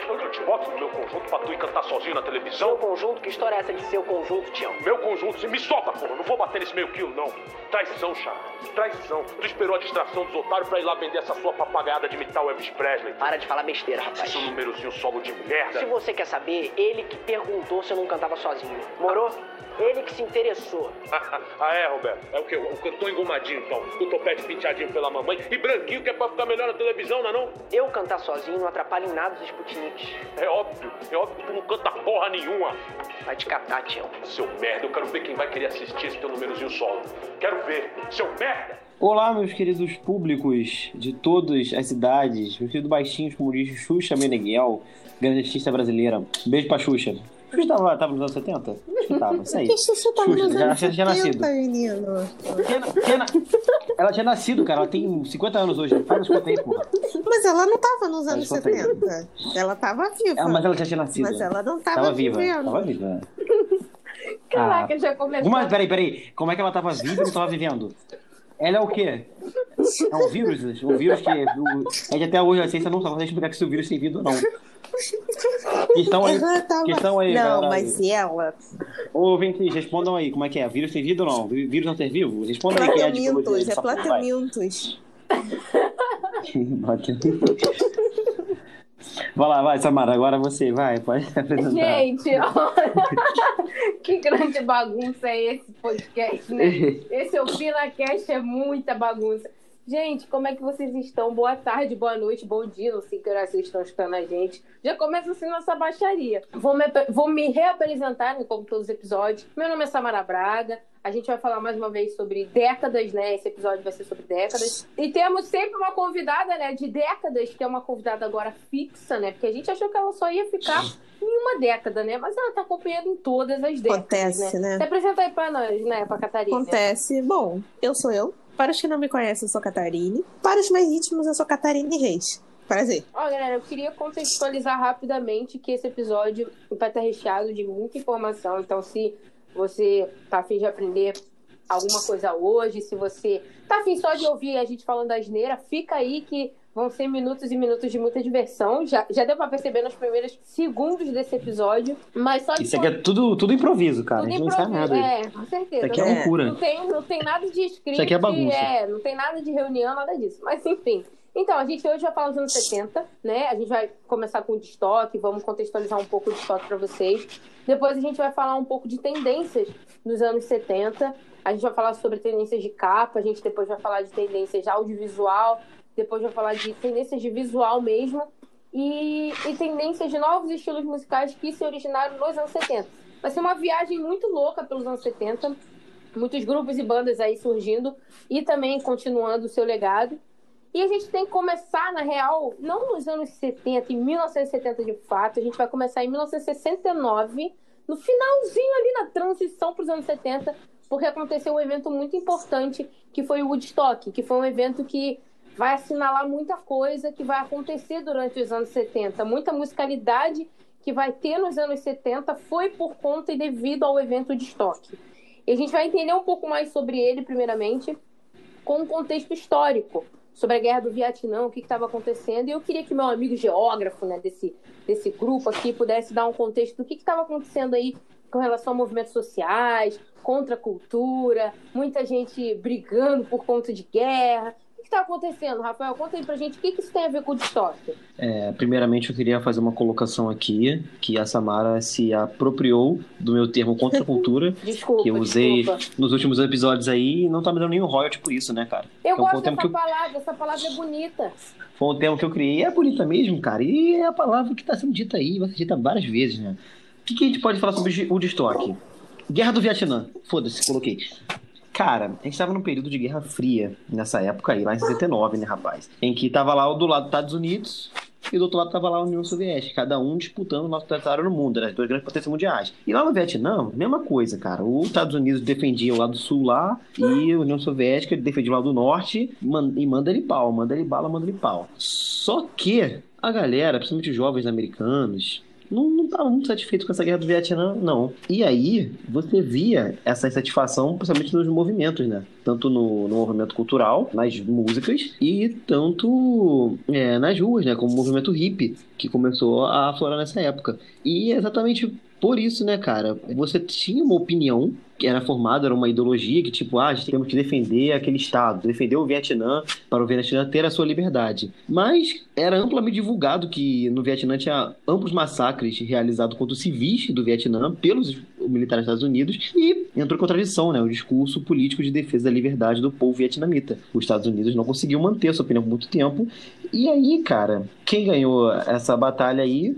Eu te boto no meu conjunto pra tu ir cantar sozinho na televisão? Seu conjunto? Que história é essa de seu conjunto, Tião? Meu conjunto? Me solta, porra. Não vou bater nesse meio quilo, não. Traição, Chá. Traição. Tu esperou a distração dos otários pra ir lá vender essa sua papagaiada de imitar o Elvis Presley. Para de falar besteira, rapaz. Seu númerozinho solo de merda. Se você quer saber, ele que perguntou se eu não cantava sozinho. Morou? Ele que se interessou. Ah, é, Roberto? É o quê? O cantor engomadinho, então. Com o topete penteadinho pela mamãe e branquinho que é pra ficar melhor na televisão, não é não? Eu cantar sozinho não atrapalha em nada os Sputniks. É óbvio que tu não canta porra nenhuma. Vai te catar, Tião. Seu merda, eu quero ver quem vai querer assistir esse teu númerozinho solo. Quero ver. Seu merda! Olá, meus queridos públicos de todas as idades, meus queridos baixinhos, como diz Xuxa Meneghel, grande artista brasileira. Beijo pra Xuxa. Xuxa tava nos anos 70? Acho que tava, isso aí. Que Xuxa tava nos anos 70, nascido. menino? Ela tinha nascido, cara. Ela tem 50 anos hoje. Faz 50 aí, porra. Mas ela não tava nos anos 70. Ela tava viva. Mas ela já tinha nascido. Mas ela não tava viva. vivendo. Tava viva. Caraca, já começou. Mas peraí. Como é que ela tava viva e não tava vivendo? Ela é o quê? É um vírus? Um vírus que... É que até hoje a ciência não sabe explicar que se o vírus tem vida ou não. Questão aí, não, galera. mas e ela? Ouvintes, respondam aí, como é que é? Vírus tem vida ou não? Vírus não ter vivo? Respondam aí quem é de biologia. Plateumintos. Vai, Samara, agora você, pode apresentar. Gente, olha, que grande bagunça é esse podcast, né? Esse OpinaCast é muita bagunça. Gente, como é que vocês estão? Boa tarde, boa noite, bom dia, não sei que horas vocês estão escutando a gente. Já começa assim nossa baixaria. Vou me reapresentar, né, como todos os episódios. Meu nome é Samara Braga. A gente vai falar mais uma vez sobre décadas, né? Esse episódio vai ser sobre décadas. E temos sempre uma convidada, né, de décadas, que é uma convidada agora fixa, né? Porque a gente achou que ela só ia ficar em uma década, né? Mas ela tá acompanhando em todas as décadas. Acontece, né? Se apresenta aí pra nós, né? Pra Catarina. Acontece. Bom, eu sou eu. Para os que não me conhecem, eu sou Catarine. Para os mais íntimos, eu sou Catarine Reis. Prazer. Ó, galera, eu queria contextualizar rapidamente que esse episódio vai estar recheado de muita informação. Então, se você tá afim de aprender alguma coisa hoje, se você tá afim só de ouvir a gente falando asneira, fica aí que vão ser minutos e minutos de muita diversão. Já deu pra perceber nos primeiros segundos desse episódio. Mas só Isso aqui é tudo improviso, cara. Tudo a gente não sabe nada. com certeza. Isso aqui é loucura. Não tem nada de escrito. Isso aqui é bagunça. Não tem nada de reunião, nada disso. Mas enfim. Então, a gente hoje vai falar dos anos 70, né? A gente vai começar com o destoque, vamos contextualizar um pouco o destoque para vocês. Depois a gente vai falar um pouco de tendências nos anos 70. A gente vai falar sobre tendências de capa, a gente depois vai falar de tendências de audiovisual, depois vai falar de tendências de visual mesmo e tendências de novos estilos musicais que se originaram nos anos 70. Vai ser uma viagem muito louca pelos anos 70, muitos grupos e bandas aí surgindo e também continuando o seu legado. E a gente tem que começar, na real, não nos anos 70, em 1970 de fato, a gente vai começar em 1969, no finalzinho ali na transição para os anos 70, porque aconteceu um evento muito importante, que foi o Woodstock, que foi um evento que vai assinalar muita coisa que vai acontecer durante os anos 70. Muita musicalidade que vai ter nos anos 70 foi por conta e devido ao evento Woodstock. E a gente vai entender um pouco mais sobre ele, primeiramente, com um contexto histórico, sobre a Guerra do Vietnã, o que estava acontecendo. E eu queria que meu amigo geógrafo, né, desse grupo aqui pudesse dar um contexto do que estava acontecendo aí com relação a movimentos sociais, contra a cultura, muita gente brigando por conta de guerra. O que está acontecendo, Rafael? Conta aí pra gente o que isso tem a ver com o destoque. Primeiramente, eu queria fazer uma colocação aqui, que a Samara se apropriou do meu termo contra a cultura, que eu usei nos últimos episódios aí, e não tá me dando nenhum royalty por isso, né, cara? Eu gosto dessa palavra, essa palavra é bonita. Foi um termo que eu criei, e é bonita mesmo, cara, e é a palavra que tá sendo dita aí, vai ser dita várias vezes, né? O que a gente pode falar sobre o destoque? Guerra do Vietnã, foda-se, coloquei. Cara, a gente tava num período de Guerra Fria nessa época aí, lá em 69, né, rapaz? Em que tava lá do lado dos Estados Unidos e do outro lado tava lá a União Soviética, cada um disputando o nosso território no mundo, né, as duas grandes potências mundiais. E lá no Vietnã, mesma coisa, cara. Os Estados Unidos defendia o lado sul lá e a União Soviética defendia o lado do norte e manda ele pau, manda ele bala, manda ele pau. Só que a galera, principalmente os jovens americanos, não estava muito satisfeito com essa guerra do Vietnã, não. E aí, você via essa insatisfação, principalmente nos movimentos, né? Tanto no movimento cultural, nas músicas, e tanto nas ruas, né? Como o movimento hippie, que começou a aflorar nessa época. E é exatamente por isso, né, cara? Você tinha uma opinião que era formada, era uma ideologia que, tipo, a gente temos que defender aquele Estado, defender o Vietnã para o Vietnã ter a sua liberdade. Mas era amplamente divulgado que no Vietnã tinha amplos massacres realizados contra os civis do Vietnã pelos militares dos Estados Unidos e entrou em contradição, né, o discurso político de defesa da liberdade do povo vietnamita. Os Estados Unidos não conseguiu manter sua opinião por muito tempo. E aí, cara, quem ganhou essa batalha aí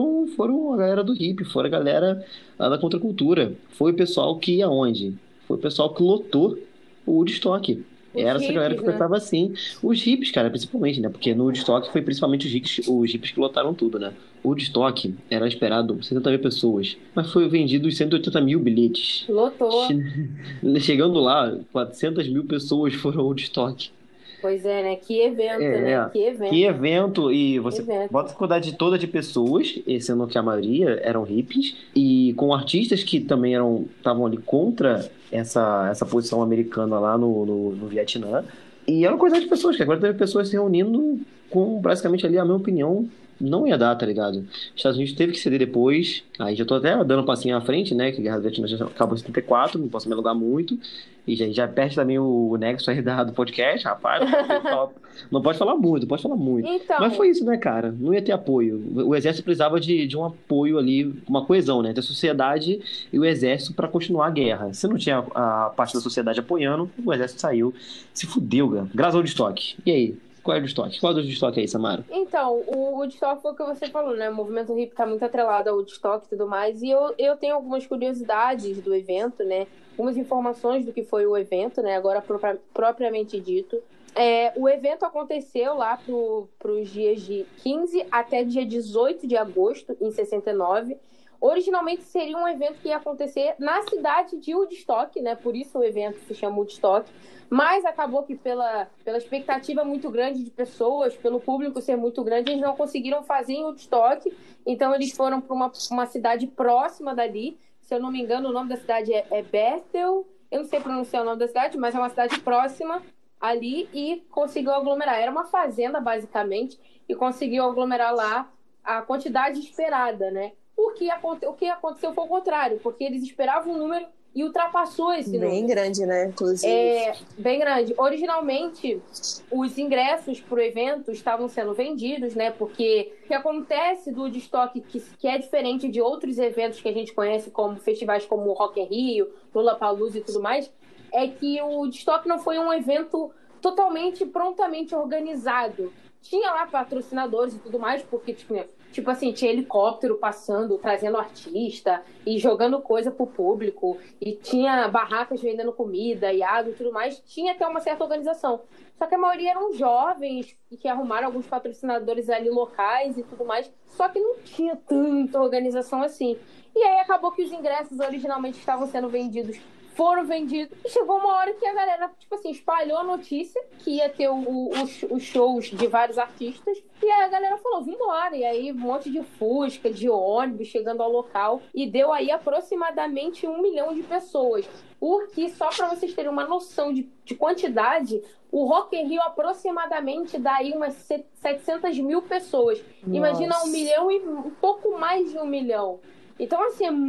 foram a galera do hip, foram a galera da contracultura. Foi o pessoal que ia onde? Foi o pessoal que lotou o Woodstock. Era essa galera que pensava assim. Os hippies, cara, principalmente, né? Porque no Woodstock foi principalmente os hippies que lotaram tudo, né? O Woodstock era esperado 70 mil pessoas, mas foi vendido 180 mil bilhetes. Lotou. Chegando lá, 400 mil pessoas foram ao Woodstock. Pois é, né? Que evento, né? Que evento. E você bota a quantidade toda de pessoas, sendo que a maioria eram hippies, e com artistas que também estavam ali contra essa posição americana lá no Vietnã. E era uma quantidade de pessoas, que agora teve pessoas se reunindo com basicamente ali a minha opinião. Não ia dar, tá ligado? Os Estados Unidos teve que ceder depois. Aí já tô até dando um passinho à frente, né? Que a Guerra do Vietnã já acabou em 74, não posso me alugar muito. E já perde também o nexo aí do podcast, rapaz. Não pode falar muito, pode falar muito. Então, mas foi isso, né, cara? Não ia ter apoio. O exército precisava de um apoio ali, uma coesão, né? Entre a sociedade e o exército pra continuar a guerra. Se não tinha a parte da sociedade apoiando, o exército saiu. Se fudeu, cara. Graças ao Woodstock. E aí? Qual é o Woodstock? Qual é o Woodstock aí, Samara? Então, o Woodstock foi o que você falou, né? O movimento hippie tá muito atrelado ao Woodstock e tudo mais. E eu tenho algumas curiosidades do evento, né? Algumas informações do que foi o evento, né? Agora propriamente dito. O evento aconteceu lá pros dias de 15 até dia 18 de agosto, em 69. Originalmente seria um evento que ia acontecer na cidade de Woodstock, né? Por isso o evento se chama Woodstock. Mas acabou que pela expectativa muito grande de pessoas, pelo público ser muito grande, eles não conseguiram fazer em Woodstock. Então eles foram para uma cidade próxima dali. Se eu não me engano, o nome da cidade é Bethel. Eu não sei pronunciar o nome da cidade, mas é uma cidade próxima ali e conseguiu aglomerar. Era uma fazenda, basicamente, e conseguiu aglomerar lá a quantidade esperada, né? O que aconteceu foi o contrário, porque eles esperavam um número e ultrapassou esse número. Bem grande, né? Inclusive. Bem grande. Originalmente, os ingressos para o evento estavam sendo vendidos, né? Porque o que acontece do Woodstock, que é diferente de outros eventos que a gente conhece, como festivais como o Rock in Rio, Lollapalooza e tudo mais, é que o Woodstock não foi um evento totalmente, prontamente organizado. Tinha lá patrocinadores e tudo mais, porque tipo assim, tinha helicóptero passando, trazendo artista e jogando coisa pro público, e tinha barracas vendendo comida e água e tudo mais. Tinha até uma certa organização. Só que a maioria eram jovens que arrumaram alguns patrocinadores ali locais e tudo mais. Só que não tinha tanta organização assim. E aí acabou que os ingressos originalmente estavam sendo vendidos, foram vendidos, e chegou uma hora que a galera, tipo assim, espalhou a notícia que ia ter os shows de vários artistas, e aí a galera falou, vambora, e aí um monte de fusca, de ônibus chegando ao local, e deu aí aproximadamente 1 milhão de pessoas, porque, só para vocês terem uma noção de quantidade, o Rock in Rio aproximadamente dá aí umas 700 mil pessoas. Nossa. Imagina 1 milhão e um pouco mais de 1 milhão. Então, assim, é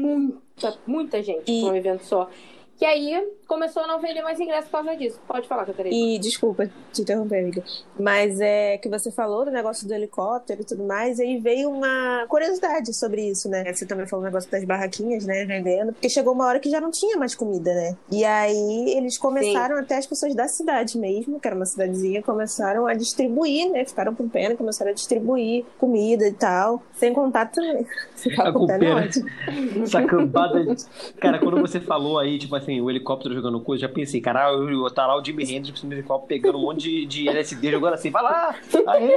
muita gente para um evento só. Que aí começou a não vender mais ingressos por causa disso. Pode falar, Catarina. E, desculpa te interromper, amiga, mas que você falou do negócio do helicóptero e tudo mais, aí veio uma curiosidade sobre isso, né? Você também falou o negócio das barraquinhas, né, vendendo, porque chegou uma hora que já não tinha mais comida, né? E aí eles começaram, até as pessoas da cidade mesmo, que era uma cidadezinha, começaram a distribuir, né? Ficaram com pena, começaram a distribuir comida e tal, sem contar também. Ficaram com pena. Essa campada. Cara, quando você falou aí, tipo assim, o helicóptero jogando coisa, já pensei, cara, tá lá o Jimi Hendrix no helicóptero pegando um monte de LSD jogando assim, vai lá, aê!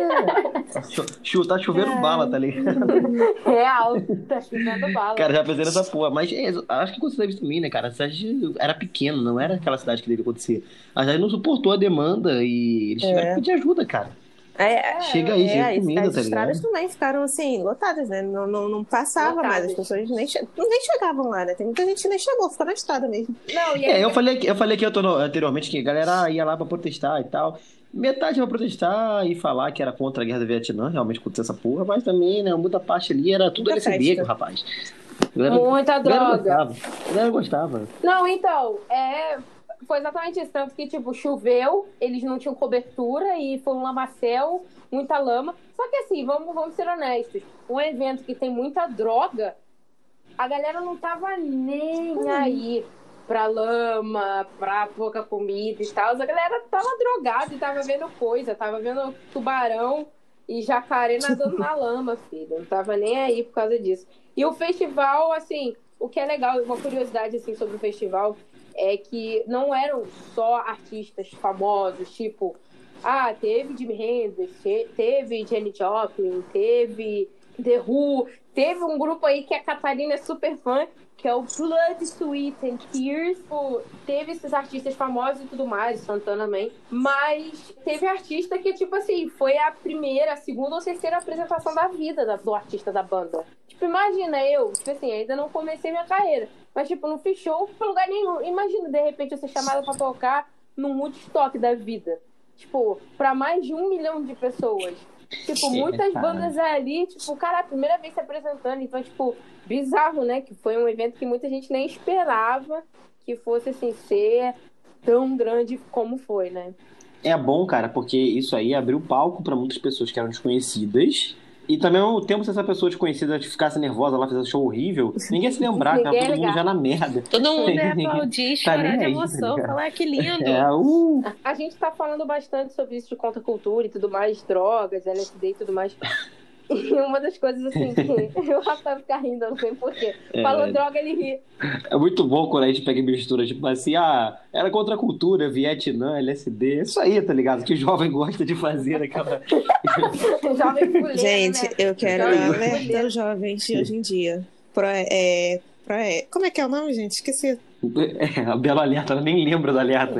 Tá chovendo bala, tá ligado? Real, tá chovendo bala. Cara, já pensei nessa porra, mas acho que aconteceu isso também, né, cara? A cidade era pequena, não era aquela cidade que devia acontecer. A cidade não suportou a demanda e eles tiveram que pedir ajuda, cara. Chega aí, chega as comida, tá estradas ligado? também ficaram assim, lotadas, né? Não passava mais, as pessoas nem chegavam lá, né? Tem muita gente que nem chegou, ficou na estrada mesmo. Não, e aí, Eu falei que anteriormente que a galera ia lá pra protestar e tal. Metade ia protestar e falar que era contra a guerra do Vietnã, realmente contra essa porra, mas também, né, muita parte ali era tudo Muita LSD, festa. rapaz. Muita droga. A galera gostava. Não, então, foi exatamente isso. Tanto que, tipo, choveu, eles não tinham cobertura e foi um lamaçal, muita lama. Só que assim, vamos ser honestos. Um evento que tem muita droga, a galera não tava nem aí pra lama, pra pouca comida e tal. A galera tava drogada e tava vendo coisa, tava vendo tubarão e jacaré nadando na lama, filho. Não tava nem aí por causa disso. E o festival, assim, o que é legal, uma curiosidade, assim, sobre o festival é que não eram só artistas famosos, tipo, teve Jimi Hendrix, teve Janis Joplin, teve The Who, teve um grupo aí que a Catarina é super fã, que é o Blood, Sweat and Tears. Teve esses artistas famosos e tudo mais, Santana também. Mas teve artista que, tipo assim, foi a primeira, a segunda ou terceira apresentação da vida do artista da banda. Tipo, imagina eu, tipo assim, ainda não comecei minha carreira. Mas, tipo, não fiz show pra lugar nenhum. Imagina, de repente, eu ser chamada pra tocar num Woodstock da vida. Tipo, pra mais de 1 milhão de pessoas. Tipo, muitas bandas ali, tipo, cara, a primeira vez se apresentando. Então, tipo, bizarro, né? Que foi um evento que muita gente nem esperava que fosse, assim, ser tão grande como foi, né? É bom, cara, porque isso aí abriu palco pra muitas pessoas que eram desconhecidas. E também, ao tempo, se essa pessoa desconhecida ficasse nervosa lá, fizesse show horrível, ninguém ia se lembrar, que tava todo mundo já na merda. Todo mundo ia aplaudir, chorar de emoção, falar que lindo. A gente tá falando bastante sobre isso de contracultura e tudo mais, drogas, LSD e tudo mais. E uma das coisas, assim, que o Rafael fica rindo, eu não sei porquê. Falou droga, ele ri. É muito bom quando a gente pega mistura, tipo assim, era contra a cultura, Vietnã, LSD, isso aí, tá ligado? Que o jovem gosta de fazer naquela... Jovem fuleiro, Gente, né? eu quero alertar os jovens de hoje em dia. Como é que é o nome, gente? Esqueci. A Bela Alerta, ela nem lembra da alerta.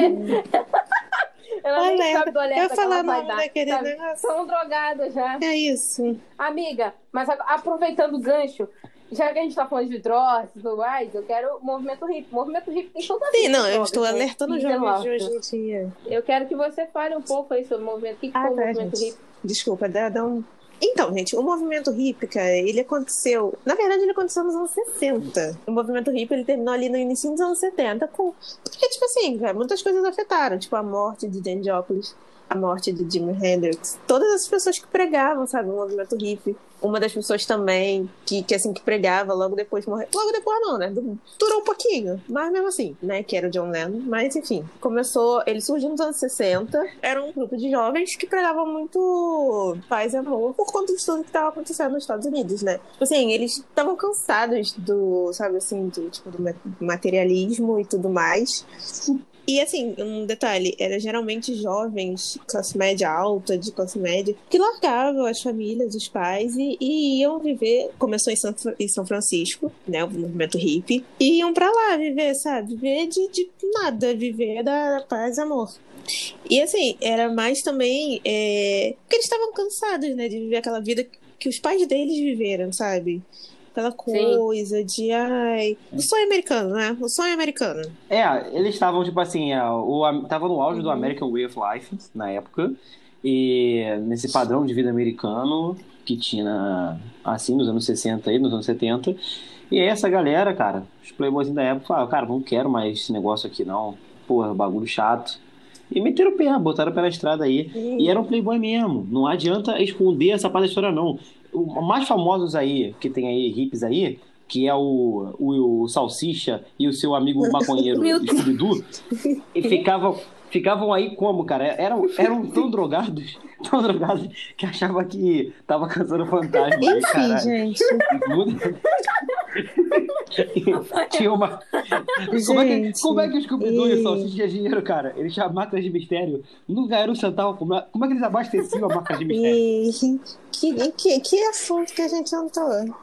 Ela nem sabe do alerta. Eu ia falar o nome dar, daquele sabe? negócio. São drogadas já. É isso. Amiga, mas aproveitando o gancho, já que a gente tá falando de drogas e tudo mais, eu quero o movimento hippie. O movimento hippie tem toda a Sim, vida. não, eu estou né? alertando os jovens de hoje em dia. Eu quero que você fale um pouco aí sobre o movimento. O que foi o movimento gente. hippie? Desculpa, dá um... Então, gente, o movimento hippie, cara, ele aconteceu... Na verdade, ele aconteceu nos anos 60. O movimento hippie, ele terminou ali no início dos anos 70 Porque, tipo assim, cara, muitas coisas afetaram. Tipo, a morte de Janis Joplin, a morte de Jimi Hendrix. Todas as pessoas que pregavam, sabe, o movimento hippie. Uma das pessoas também que pregava, logo depois morreu. Logo depois não, né? Durou um pouquinho. Mas mesmo assim, né? Que era o John Lennon. Mas, enfim, ele surgiu nos anos 60. Era um grupo de jovens que pregavam muito paz e amor por conta de tudo que estava acontecendo nos Estados Unidos, né? Tipo assim, eles estavam cansados do materialismo e tudo mais. E assim, um detalhe, era geralmente jovens, classe média alta, de classe média, que largavam as famílias, os pais e iam viver, começou em São Francisco, né, o movimento hippie, e iam pra lá viver, sabe, viver de nada, viver da paz e amor. E assim, era mais também, porque eles estavam cansados, né, de viver aquela vida que os pais deles viveram, sabe? Aquela coisa de, o sonho americano, né? O sonho americano. Eles estavam, tipo assim, tava no auge do American Way of Life, na época, e nesse padrão de vida americano que tinha, assim, nos anos 60 e nos anos 70. E aí essa galera, cara, os playboys da época falaram, cara, não quero mais esse negócio aqui, não. Porra, bagulho chato. E meteram o pé, botaram o pé na estrada aí. E era um playboy mesmo. Não adianta esconder essa parte da história, não. Os mais famosos aí, que tem aí, hippies aí, que é o Salsicha e o seu amigo maconheiro Scooby-Doo, e ficavam aí como, cara? Eram tão drogados, que achavam que tava caçando fantasma. Enfim, gente. Tinha uma... Como é que o Scooby-Doo e o Salsicha tinha dinheiro, cara? Eles tinham máquinas de mistério. Não ganharam um centavo. Como é que eles abasteciam a máquina de mistério? Que assunto que a gente entrou?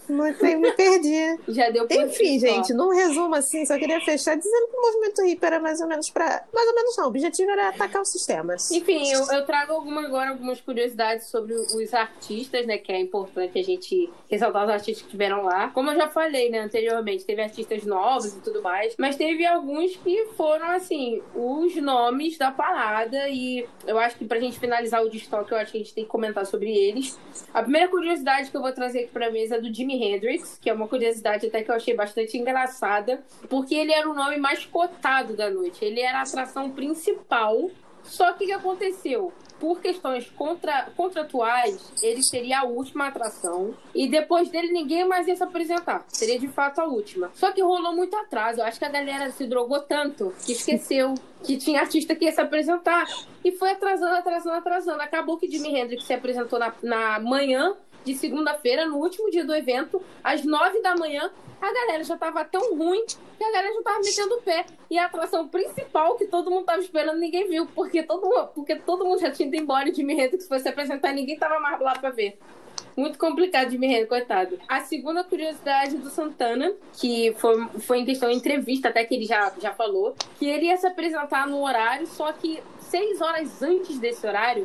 Me perdi. Já deu por Enfim, si só. gente, num resumo assim, só queria fechar dizendo que o movimento hippie era mais ou menos mais ou menos não, o objetivo era atacar os sistemas. Enfim, eu trago algumas curiosidades sobre os artistas, né? Que é importante a gente ressaltar os artistas que estiveram lá. Como eu já falei, né, anteriormente, teve artistas novos e tudo mais, mas teve alguns que foram, assim, os nomes da parada. E eu acho que pra gente finalizar o destoque, eu acho que a gente tem que comentar sobre eles. A primeira curiosidade que eu vou trazer aqui pra mesa é do Jimi Hendrix, que é uma curiosidade até que eu achei bastante engraçada, porque ele era o nome mais cotado da noite. Ele era a atração principal. Só que o que aconteceu? Por questões contratuais, ele seria a última atração. E depois dele, ninguém mais ia se apresentar. Seria, de fato, a última. Só que rolou muito atraso. Eu acho que a galera se drogou tanto que esqueceu que tinha artista que ia se apresentar. E foi atrasando. Acabou que Jimi Hendrix se apresentou na manhã de segunda-feira, no último dia do evento, às 9 da manhã. A galera já tava tão ruim que a galera já tava metendo o pé. E a atração principal que todo mundo tava esperando, ninguém viu. Porque todo mundo já tinha ido embora e Jimi Hendrix foi se apresentar e ninguém tava mais lá pra ver. Muito complicado, Jimi Hendrix, coitado. A segunda curiosidade do Santana, que foi em questão de entrevista, até que ele já falou, que ele ia se apresentar no horário, só que 6 horas antes desse horário,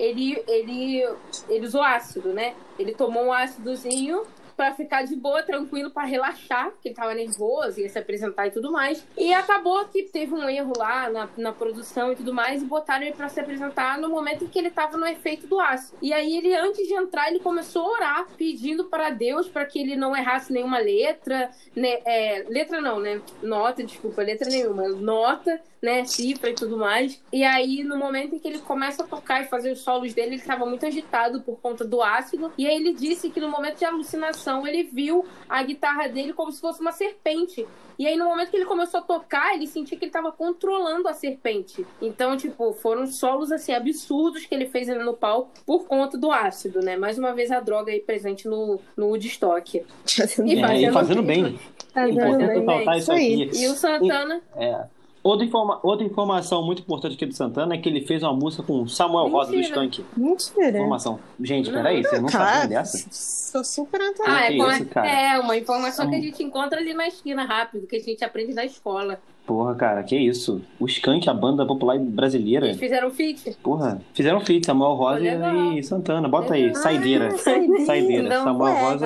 ele usou ácido, né? Ele tomou um ácidozinho pra ficar de boa, tranquilo, pra relaxar, porque ele tava nervoso, ia se apresentar e tudo mais. E acabou que teve um erro lá na produção e tudo mais, e botaram ele pra se apresentar no momento em que ele tava no efeito do ácido. E aí ele, antes de entrar, ele começou a orar, pedindo para Deus para que ele não errasse nenhuma letra, né? Letra não, né? Nota, desculpa, letra nenhuma. Nota, né? Cifra e tudo mais. E aí, no momento em que ele começa a tocar e fazer os solos dele, ele estava muito agitado por conta do ácido. E aí ele disse que no momento de alucinação, ele viu a guitarra dele como se fosse uma serpente. E aí, no momento que ele começou a tocar, ele sentia que ele estava controlando a serpente. Então, tipo, foram solos, assim, absurdos que ele fez ali no palco por conta do ácido, né? Mais uma vez, a droga aí presente no Woodstock. E fazendo bem. Importante ressaltar isso aqui. E o Santana... Outra informação muito importante aqui do Santana é que ele fez uma música com Samuel Rosa do Skank. Mentira. Informação. Gente, peraí, vocês não sabem dessa? Sou super antenada. Uma informação que a gente encontra ali na esquina rápido, que a gente aprende na escola. Porra, cara, que isso? O Skank, a banda popular brasileira. Eles fizeram feat? Porra, fizeram feat, Samuel Rosa e Santana. Bota aí, Saideira. Saideira, Samuel Rosa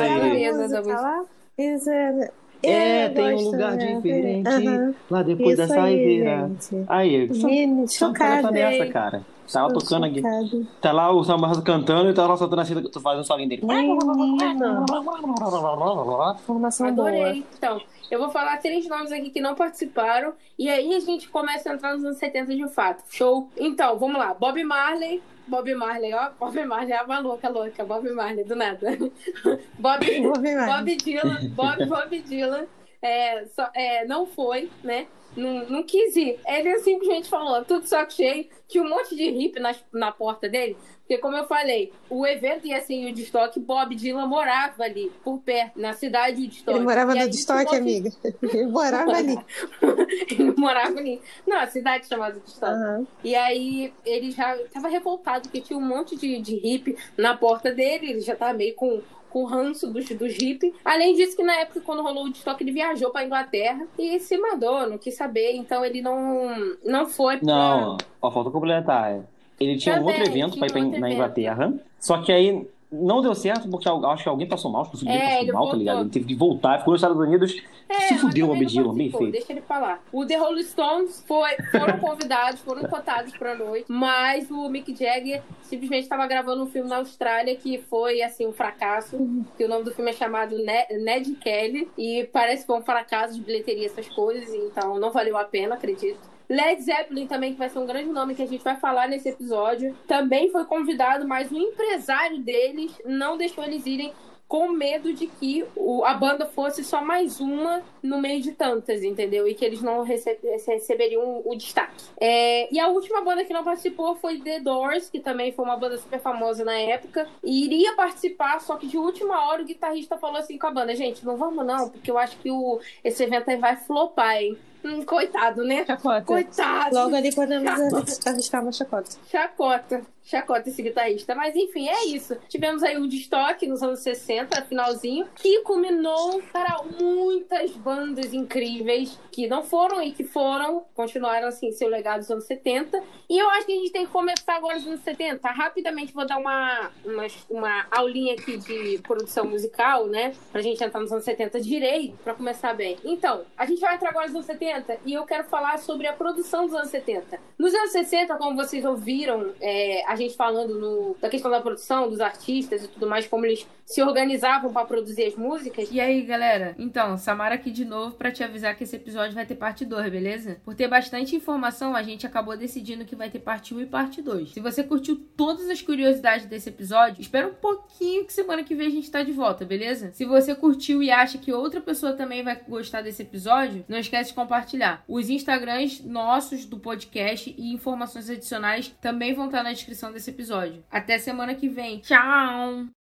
tem um lugar diferente lá depois da saideira. Aí, Santana tá nessa, cara. Tá lá tocando aqui. Tá lá o Samuel Rosa cantando e tá lá soltando assim, tu faz um solinho dele. Adorei. Então, eu vou falar 3 nomes aqui que não participaram. E aí a gente começa a entrar nos anos 70 de fato. Show? Então, vamos lá. Bob Marley, Bob Marley, é uma louca, Bob Marley, do nada. Bob Dylan, não foi, né? Não quis ir. Ele simplesmente falou, tudo saco cheio, tinha um monte de hippie na porta dele. Porque, como eu falei, o evento ia ser em Woodstock, Bob Dylan morava ali, por perto, na cidade de Woodstock. Ele morava no Woodstock, amiga. Ele morava ali. Ele morava ali. Não, a cidade chamada Woodstock. E aí, ele já estava revoltado, porque tinha um monte de hippie na porta dele, ele já estava meio com o ranço dos hippies. Além disso, que na época, quando rolou o Woodstock, ele viajou pra Inglaterra e se mandou, não quis saber. Então, ele não foi pra... Não, falta complementar. Ele tinha um outro evento pra ir na Inglaterra, só que aí não deu certo porque acho que alguém passou mal, conseguiu passar mal, tá ligado? Ele teve que voltar, ficou nos Estados Unidos, se fudeu o Bob Dylan, bem feito. Deixa ele falar. O The Rolling Stones foram convidados, foram cotados pra noite, mas o Mick Jagger simplesmente estava gravando um filme na Austrália que foi, assim, um fracasso, que o nome do filme é chamado Ned Kelly, e parece que foi um fracasso de bilheteria, essas coisas, então não valeu a pena, acredito. Led Zeppelin também, que vai ser um grande nome que a gente vai falar nesse episódio, também foi convidado, mas o empresário deles não deixou eles irem com medo de que a banda fosse só mais uma no meio de tantas, entendeu? E que eles não receberiam o destaque. E a última banda que não participou foi The Doors, que também foi uma banda super famosa na época, e iria participar, só que de última hora o guitarrista falou assim com a banda: gente, não vamos não, porque eu acho que esse evento aí vai flopar, hein? Coitado, né? Chacota. Coitado. Logo ali podemos arriscar uma chacota. Chacota esse guitarrista. Mas enfim, é isso. Tivemos aí um destoque nos anos 60, finalzinho, que culminou para muitas bandas incríveis que não foram e que continuaram assim seu legado nos anos 70. E eu acho que a gente tem que começar agora nos anos 70. Rapidamente vou dar uma aulinha aqui de produção musical, né? Pra gente entrar nos anos 70 direito, pra começar bem. Então, a gente vai entrar agora nos anos 70 e eu quero falar sobre a produção dos anos 70. Nos anos 60, como vocês ouviram a gente falando da questão da produção, dos artistas e tudo mais, como eles se organizavam para produzir as músicas. E aí, galera? Então, Samara aqui de novo para te avisar que esse episódio vai ter parte 2, beleza? Por ter bastante informação, a gente acabou decidindo que vai ter parte 1 e parte 2. Se você curtiu todas as curiosidades desse episódio, espera um pouquinho que semana que vem a gente tá de volta, beleza? Se você curtiu e acha que outra pessoa também vai gostar desse episódio, não esquece de compartilhar. Os Instagrams nossos do podcast e informações adicionais também vão estar na descrição desse episódio. Até semana que vem. Tchau!